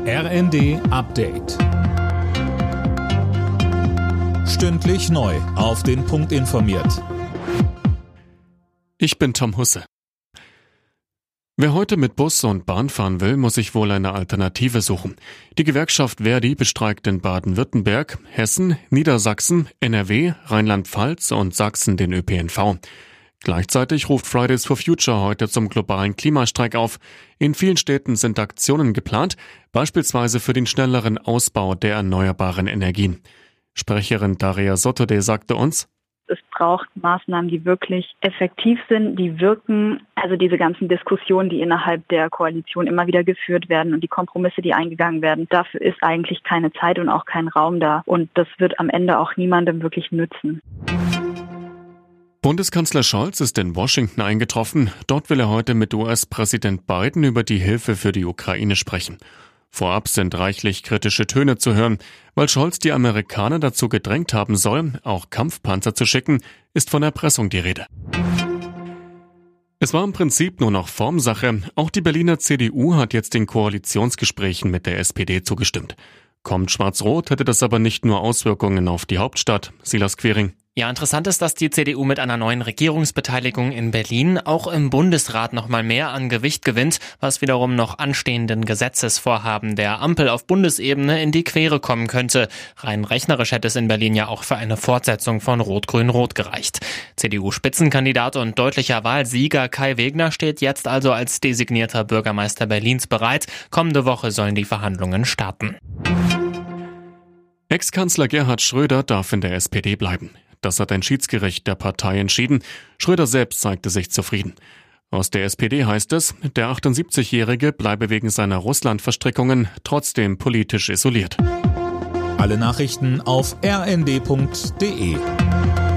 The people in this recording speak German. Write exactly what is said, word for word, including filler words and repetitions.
R N D Update. Stündlich neu auf den Punkt informiert. Ich bin Tom Husse. Wer heute mit Bus und Bahn fahren will, muss sich wohl eine Alternative suchen. Die Gewerkschaft Verdi bestreikt in Baden-Württemberg, Hessen, Niedersachsen, N R W, Rheinland-Pfalz und Sachsen den Ö P N V. Gleichzeitig ruft Fridays for Future heute zum globalen Klimastreik auf. In vielen Städten sind Aktionen geplant, beispielsweise für den schnelleren Ausbau der erneuerbaren Energien. Sprecherin Daria Sottode sagte uns: Es braucht Maßnahmen, die wirklich effektiv sind, die wirken. Also diese ganzen Diskussionen, die innerhalb der Koalition immer wieder geführt werden und die Kompromisse, die eingegangen werden, dafür ist eigentlich keine Zeit und auch kein Raum da. Und das wird am Ende auch niemandem wirklich nützen. Bundeskanzler Scholz ist in Washington eingetroffen. Dort will er heute mit U S-Präsident Biden über die Hilfe für die Ukraine sprechen. Vorab sind reichlich kritische Töne zu hören. Weil Scholz die Amerikaner dazu gedrängt haben soll, auch Kampfpanzer zu schicken, ist von Erpressung die Rede. Es war im Prinzip nur noch Formsache. Auch die Berliner C D U hat jetzt den Koalitionsgesprächen mit der S P D zugestimmt. Kommt Schwarz-Rot, hätte das aber nicht nur Auswirkungen auf die Hauptstadt. Silas Quiring. Ja, interessant ist, dass die C D U mit einer neuen Regierungsbeteiligung in Berlin auch im Bundesrat noch mal mehr an Gewicht gewinnt, was wiederum noch anstehenden Gesetzesvorhaben der Ampel auf Bundesebene in die Quere kommen könnte. Rein rechnerisch hätte es in Berlin ja auch für eine Fortsetzung von Rot-Grün-Rot gereicht. C D U-Spitzenkandidat und deutlicher Wahlsieger Kai Wegner steht jetzt also als designierter Bürgermeister Berlins bereit. Kommende Woche sollen die Verhandlungen starten. Ex-Kanzler Gerhard Schröder darf in der S P D bleiben. Das hat ein Schiedsgericht der Partei entschieden. Schröder selbst zeigte sich zufrieden. Aus der S P D heißt es, der achtundsiebzigjährige bleibe wegen seiner Russland-Verstrickungen trotzdem politisch isoliert. Alle Nachrichten auf r n d punkt d e.